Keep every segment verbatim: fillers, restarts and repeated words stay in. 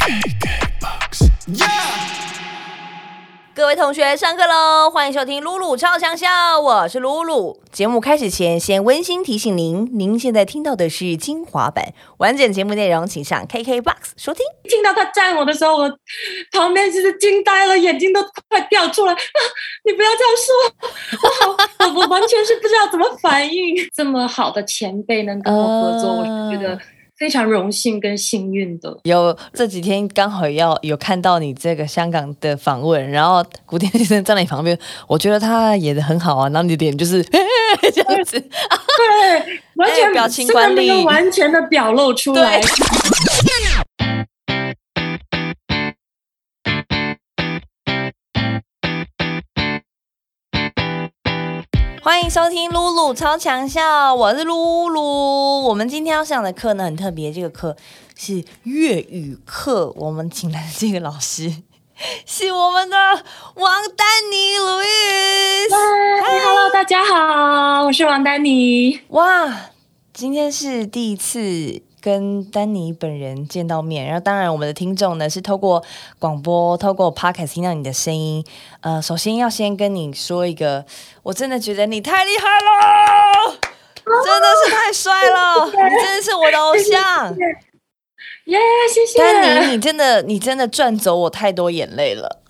各位同学，上课喽！欢迎收听露露超强笑，我是露露。节目开始前，先温馨提醒您，您现在听到的是精华版，完整节目内容请上 K K B O X 收听。 听到他赞我的时候，我旁边就是惊呆了，眼睛都快掉出来。啊，你不要这样说，我好，我我完全是不知道怎么反应。这么好的前辈能跟我合作， uh... 我是觉得非常荣幸跟幸运的。 有这几天刚好要有看到你这个香港的访问，然后古典先生站在你旁边，我觉得他演得很好啊，然后你的脸就是这样子， 对，完全、欸、 表情管理完全的表露出来。 欢迎收听露露超强笑，我是露露。我们今天要上的课呢很特别，这个课是粤语课。我们请来的这个老师是我们的王丹妮 Louis。 嗨 ，Hello， 大家好，我是王丹妮。 哇，今天是第一次跟丹妮本人见到面，然后当然我们的听众呢是透过广播透过 Podcast 听到你的声音。呃，首先要先跟你说一个，我真的觉得你太厉害了，真的是太帅了，你真的是我的偶像。 耶，谢谢。 丹妮，你真的你真的赚走我太多眼泪了。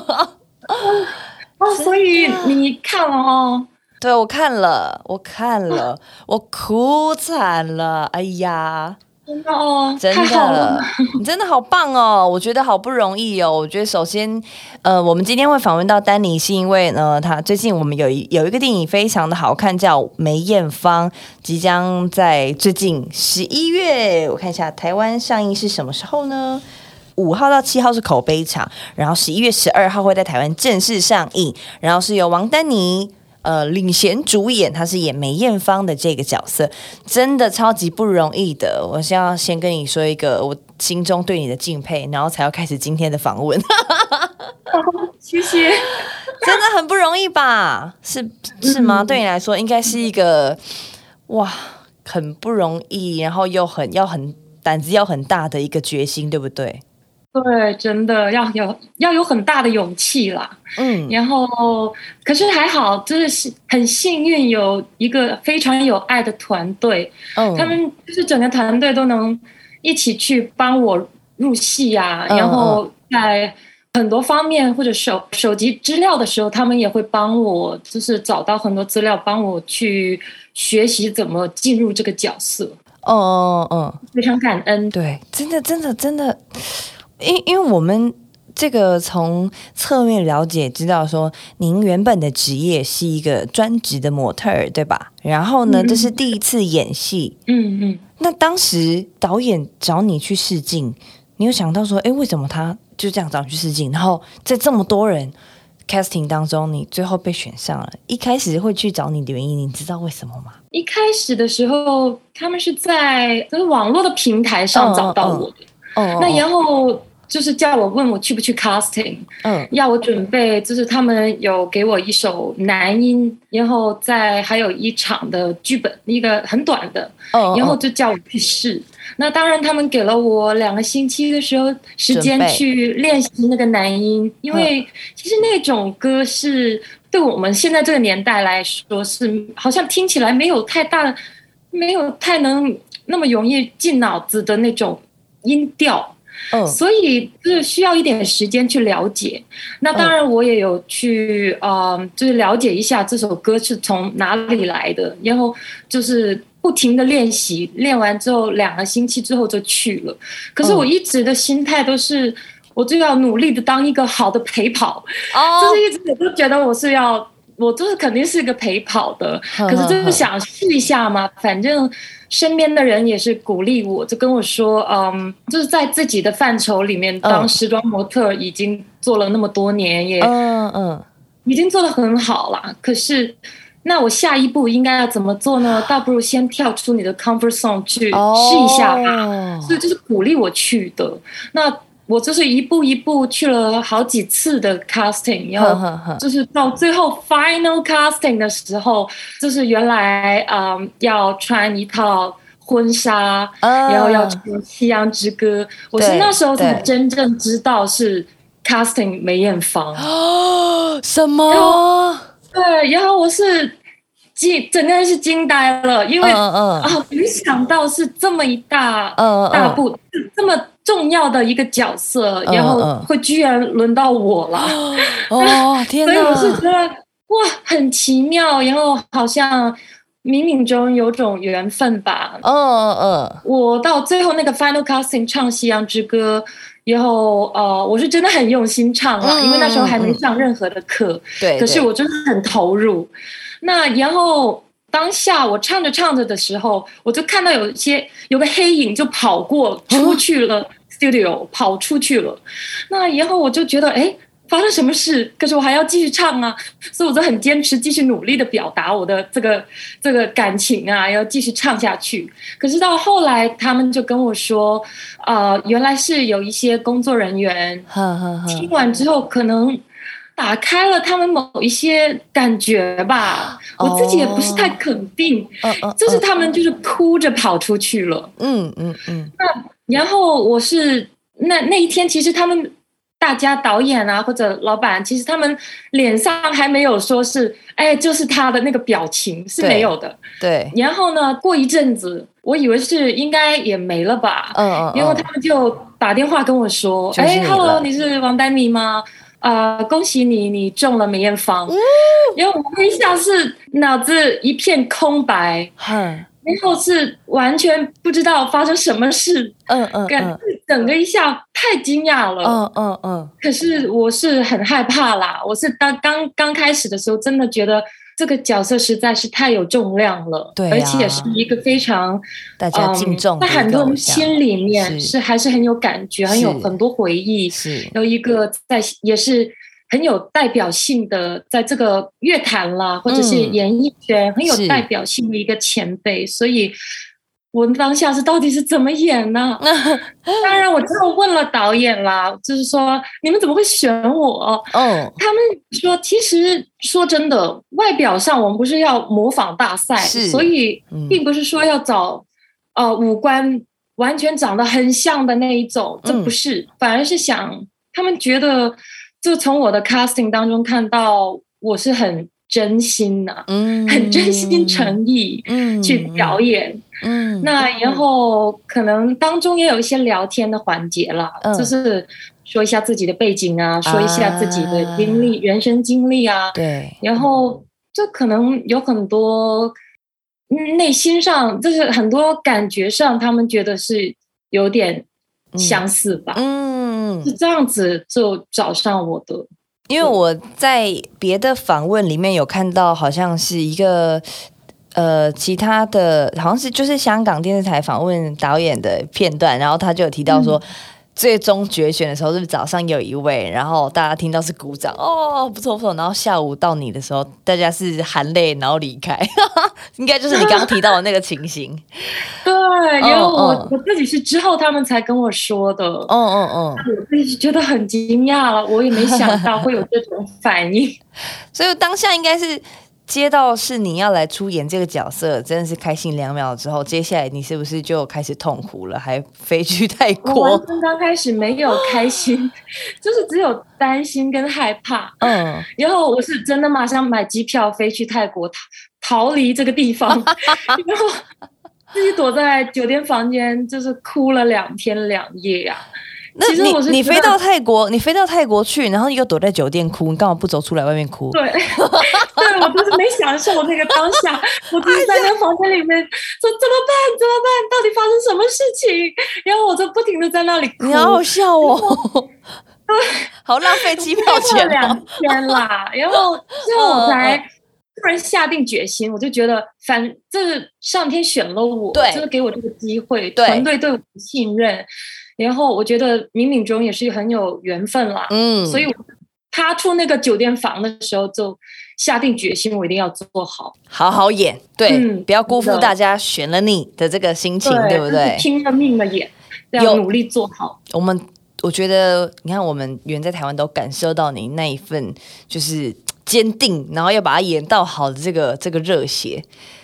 哦，所以你看了哦？ 对，我看了，我看了，我哭惨了，哎呀， 真的哦， 真的，你真的好棒哦！我觉得好不容易哦。我觉得首先，呃，我们今天会访问到丹妮，是因为呢，她最近我们有一有一个电影非常的好看，叫《梅艳芳》，即将在最近十一月，我看一下台湾上映是什么时候呢？五号到七号是口碑场，然后十一月十二号会在台湾正式上映，然后是由王丹妮呃，领衔主演，他是演梅艳芳的这个角色，真的超级不容易的。我先要先跟你说一个我心中对你的敬佩，然后才要开始今天的访问。 谢谢， 真的很不容易吧？是是吗？嗯、对你来说，应该是一个哇，很不容易，然后又很要很胆子要很大的一个决心，对不对？ 对，真的要有要有很大的勇气啦。嗯，然后可是还好，就是很幸运有一个非常有爱的团队，嗯，他们就是整个团队都能一起去帮我入戏啊，嗯，然后在很多方面或者手手集资料的时候，他们也会帮我，就是找到很多资料，帮我去学习怎么进入这个角色。 哦哦哦， 非常感恩。 对，真的真的真的。因因为我们这个从侧面了解知道说，您原本的职业是一个专职的模特儿，对吧？然后呢，嗯、这是第一次演戏。嗯嗯。那当时导演找你去试镜，你有想到说，哎，为什么他就这样找你去试镜？然后在这么多人 casting 当中，你最后被选上了。一开始会去找你的原因，你知道为什么吗？ 一开始的时候，他们是在就是网络的平台上找到我的。哦、oh, oh, oh. 那然后就是叫我问我去不去 casting， 嗯，要我准备，就是他们有给我一首男音，然后再还有一场的剧本，一个很短的，哦，然后就叫我去试。那当然，他们给了我两个星期的时候时间去练习那个男音，因为其实那种歌是对我们现在这个年代来说是好像听起来没有太大，没有太能那么容易进脑子的那种音调。Oh. 所以就是需要一点时间去了解。那当然我也有去、oh. 呃，就是了解一下这首歌是从哪里来的，然后就是不停的练习，练完之后两个星期之后就去了。可是我一直的心态都是、oh. 我就要努力的当一个好的陪跑， oh. 就是一直我都觉得我是要我就是肯定是个陪跑的， oh. 可是就是想试一下嘛，反正身边的人也是鼓励我，就跟我说，嗯，就是在自己的范畴里面当时装模特已经做了那么多年，也嗯嗯，已经做得很好啦。可是，那我下一步应该要怎么做呢？倒不如先跳出你的 comfort zone 去试一下吧。所以就是鼓励我去的。那我就是一步一步去了好几次的 casting， 然后就是到最后 final casting 的时候，就是原来、嗯、要穿一套婚纱，啊、然后要唱《夕阳之歌》，我是那时候才真正知道是 casting 梅艳芳。 哦，什么？ 对，然后我是惊，整个人是惊呆了，因为啊、嗯嗯哦，没想到是这么一大、嗯嗯、大部这么重要的一个角色，嗯嗯、然后会居然轮到我了。 哦，天哪！ 所以我是觉得哇，很奇妙，然后好像冥冥中有种缘分吧。 嗯嗯嗯。 我到最后那个 final casting 唱《夕阳之歌》。然后呃，我是真的很用心唱了，嗯、因为那时候还没上任何的课， 对、嗯， 可是我真的很投入。那然后当下我唱着唱着的时候，我就看到有一些有个黑影就跑过出去了 studio，、嗯、跑出去了。那然后我就觉得，哎，发生什么事？可是我还要继续唱啊，所以我就很坚持，继续努力的表达我的这个这个感情啊，要继续唱下去。可是到后来，他们就跟我说，呃，原来是有一些工作人员听完之后，可能打开了他们某一些感觉吧。哦、我自己也不是太肯定，哦、就是他们就是哭着跑出去了。 嗯嗯嗯。 那然后我是那那一天，其实他们。大家导演啊，或者老板，其实他们脸上还没有说是，哎，就是他的那个表情是没有的。 对。 对然后呢，过一阵子，我以为是应该也没了吧。嗯嗯。然后他们就打电话跟我说：“哎 ，Hello， 你是王丹妮吗？啊、呃，恭喜你，你中了梅艳芳。嗯”然后我那一下是脑子一片空白。嗯。然后是完全不知道发生什么事，嗯嗯，嗯整个一下太惊讶了，嗯嗯嗯。可是我是很害怕啦，我是当刚刚开始的时候，真的觉得这个角色实在是太有重量了， 对、啊， 而且是一个非常大家敬重的、嗯， 在很多人心里面是还是很有感觉，很有很多回忆， 是有一个在也是。很有代表性的，在这个乐坛啦，或者是演艺圈、嗯、很有代表性的一个前辈，所以我当下是到底是怎么演呢？当然，我之后问了导演啦，就是说你们怎么会选我？哦，他们说，其实说真的，外表上我们不是要模仿大赛，所以并不是说要找、嗯、呃五官完全长得很像的那一种，这不是，嗯、反而是想他们觉得。就从我的 casting 当中看到，我是很真心的、啊，嗯，很真心诚意，嗯，去表演，嗯，那然后可能当中也有一些聊天的环节啦，嗯、就是说一下自己的背景啊，啊说一下自己的经历、人生经历啊， 对， 然后就可能有很多内心上，就是很多感觉上，他们觉得是有点相似吧，嗯。嗯是这样子就找上我的， 因为我在别的访问里面有看到，好像是一个呃其他的，好像是就是香港电视台访问导演的片段，然后他就有提到说。嗯最终决选的时候是早上有一位，然后大家听到是鼓掌，哦，不错不错，然后下午到你的时候，大家是含泪然后离开，应该就是你刚刚提到的那个情形。 对，因为我、哦、我自己是之后他们才跟我说的，嗯嗯嗯，我自己觉得很惊讶了，我也没想到会有这种反应， 所以当下应该是。接到是你要来出演这个角色，真的是开心两秒之后，接下来你是不是就开始痛苦了？还飞去泰国？ 我完全刚开始没有开心，就是只有担心跟害怕。嗯，然后我是真的马上买机票飞去泰国，逃逃离这个地方，然后自己躲在酒店房间，就是哭了两天两夜啊。 那你你飞到泰国，你飞到泰国去，然后又躲在酒店哭，你干嘛不走出来外面哭？ 对，对我就是没享受那个当下，我就是在那个房间里面说怎么办？怎么办？到底发生什么事情？然后我就不停的在那里哭， 你好好笑哦，好浪费机票钱、哦。 两天啦，然后之后我才突然下定决心，我就觉得反这上天选了我，就是给我这个机会，团队对我的信任。然后我觉得冥冥中也是很有缘分啦，嗯，所以我踏出那个酒店房的时候就下定决心，我一定要做好， 好好演，对，嗯、不要辜负大家选了你的这个心情， 对, 对不对？ 拼了命的演，要努力做好。 我们我觉得，你看我们远在台湾都感受到你那一份就是坚定，然后要把它演到好的这个这个热血。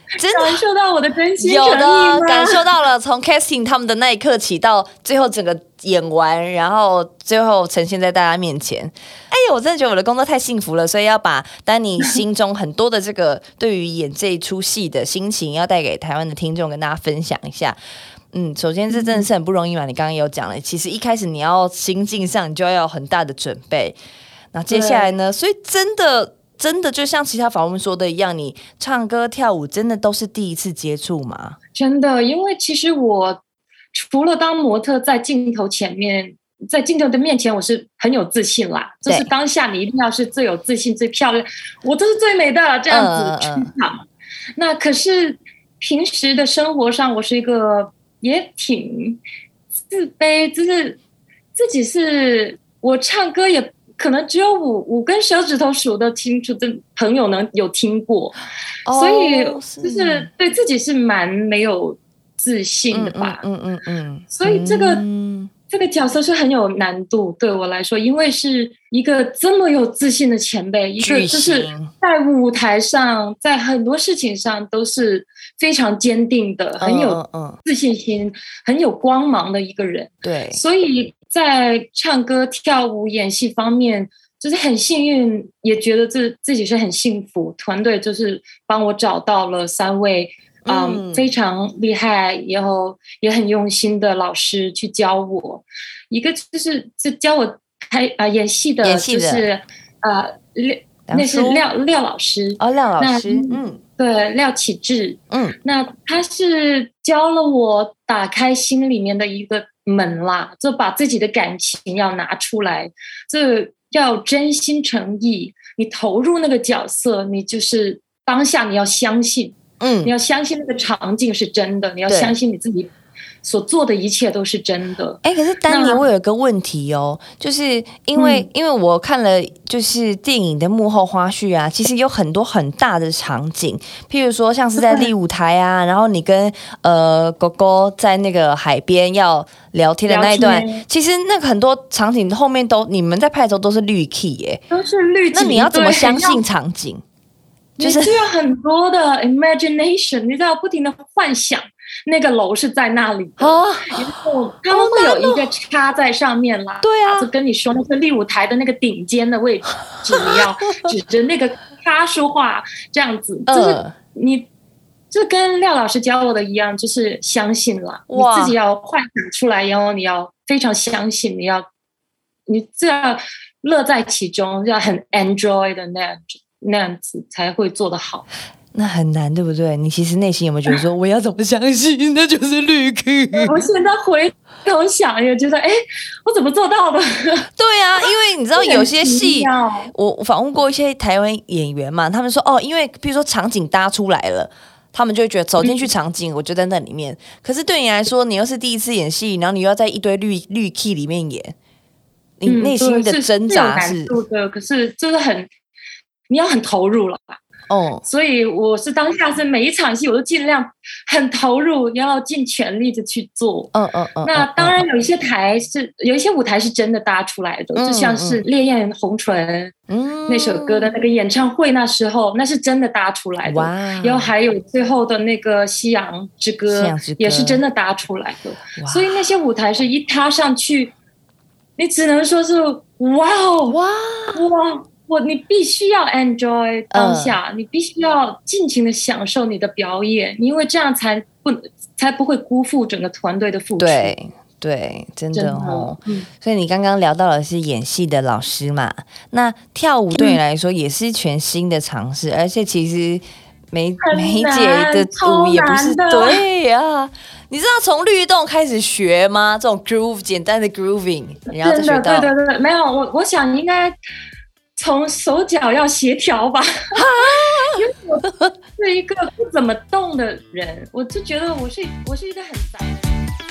真的感受到我的真心诚意吗？ 有的感受到了，从 casting 他们的那一刻起到最后整个演完，然后最后呈现在大家面前。哎呦，我真的觉得我的工作太幸福了，所以要把丹妮心中很多的这个对于演这一出戏的心情，要带给台湾的听众跟大家分享一下。嗯，首先这真的是很不容易嘛，你刚刚也有讲了，其实一开始你要心境上你就要有很大的准备。那接下来呢？所以真的。真的就像其他访问说的一样，你唱歌跳舞真的都是第一次接触吗？ 真的，因为其实我除了当模特在镜头前面，在镜头的面前我是很有自信啦，就是当下你一定要是最有自信最漂亮，我就是最美的这样子出场、嗯、那可是平时的生活上我是一个也挺自卑，就是自己是我唱歌也可能只有五五根手指头数得清楚的朋友能有听过、哦、所以就是对自己是蛮没有自信的吧。 嗯嗯 嗯, 嗯所以这个、嗯、这个角色是很有难度对我来说，因为是一个这么有自信的前辈，一个就是在舞台上在很多事情上都是非常坚定的，很有自信心、嗯嗯、很有光芒的一个人。 对， 所以在唱歌跳舞演戏方面就是很幸运，也觉得自自己是很幸福，团队就是帮我找到了三位嗯, 嗯非常厉害然后也很用心的老师去教我，一个就是就教我开、呃、演戏的就是呃那是廖廖老师哦，廖老师嗯， 对，廖启智嗯， 那他是教了我打开心里面的一个门啦，就把自己的感情要拿出来，这要真心诚意，你投入那个角色，你就是当下你要相信，嗯，你要相信那个场景是真的，你要相信你自己所做的一切都是真的。 哎、欸，可是丹妮，我有一个问题哦，就是因为、嗯、因为我看了就是电影的幕后花絮啊，其实有很多很大的场景，譬如说像是在立舞台啊，然后你跟呃狗狗在那个海边要聊天的那一段，其实那个很多场景后面都你们在拍的时候都是绿 key 耶， 都是绿 key， 那你要怎么相信场景？ 就是需要很多的 imagination， 你知道，不停的幻想那个楼是在那里的，哦、然后他们会有一个叉在上面啦， 对啊， 就跟你说那个立舞台的那个顶尖的位置，你要指着那个叉说话，这样子，就是你就跟廖老师教我的一样，就是相信啦，你自己要幻想出来，然后你要非常相信，你要你这样乐在其中，要很 enjoy 的那样子。那样子才会做得好， 那很难，对不对？你其实内心有没有觉得说，我要怎么相信那就是绿 key？ 我现在回头想，也觉得，哎，我怎么做到的？ 对啊，因为你知道有些戏，我访问过一些台湾演员嘛，他们说，哦，因为比如说场景搭出来了，他们就会觉得走进去场景，嗯、我就在那里面。可是对你来说，你又是第一次演戏，然后你又要在一堆绿绿 key 里面演，你内心的挣扎是， 嗯、是, 是有难度的，可是就是很。你要很投入了吧？哦，所以我是当下是每一场戏我都尽量很投入，然后尽全力的去做。嗯嗯嗯。那当然有一些台是有一些舞台是真的搭出来的，嗯、就像是《烈焰红唇》嗯那首歌的那个演唱会，那时候那是真的搭出来的。哇！然后还有最后的那个《夕阳之歌》也是真的搭出来的。所以那些舞台是一踏上去，你只能说是哇哦哇哇！我你必须要 enjoy 当下、嗯、你必须要尽情的享受你的表演，因为这样才不才不会辜负整个团队的付出。 对对，真的哦、嗯、所以你刚刚聊到的是演戏的老师嘛，那跳舞对你来说也是全新的尝试、嗯、而且其实梅梅姐的舞也不是对呀、啊，你知道从律动开始学吗？这种 groove 简单的 grooving 然后再学到， 对对对，没有，我我想应该从手脚要协调吧，因为我是一个不怎么动的人，我就觉得我是我是一个很杂的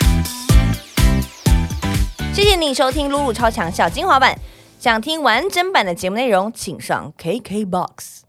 人。 谢谢你收听露露超强小精华版，想听完整版的节目内容，请上 K K B O X。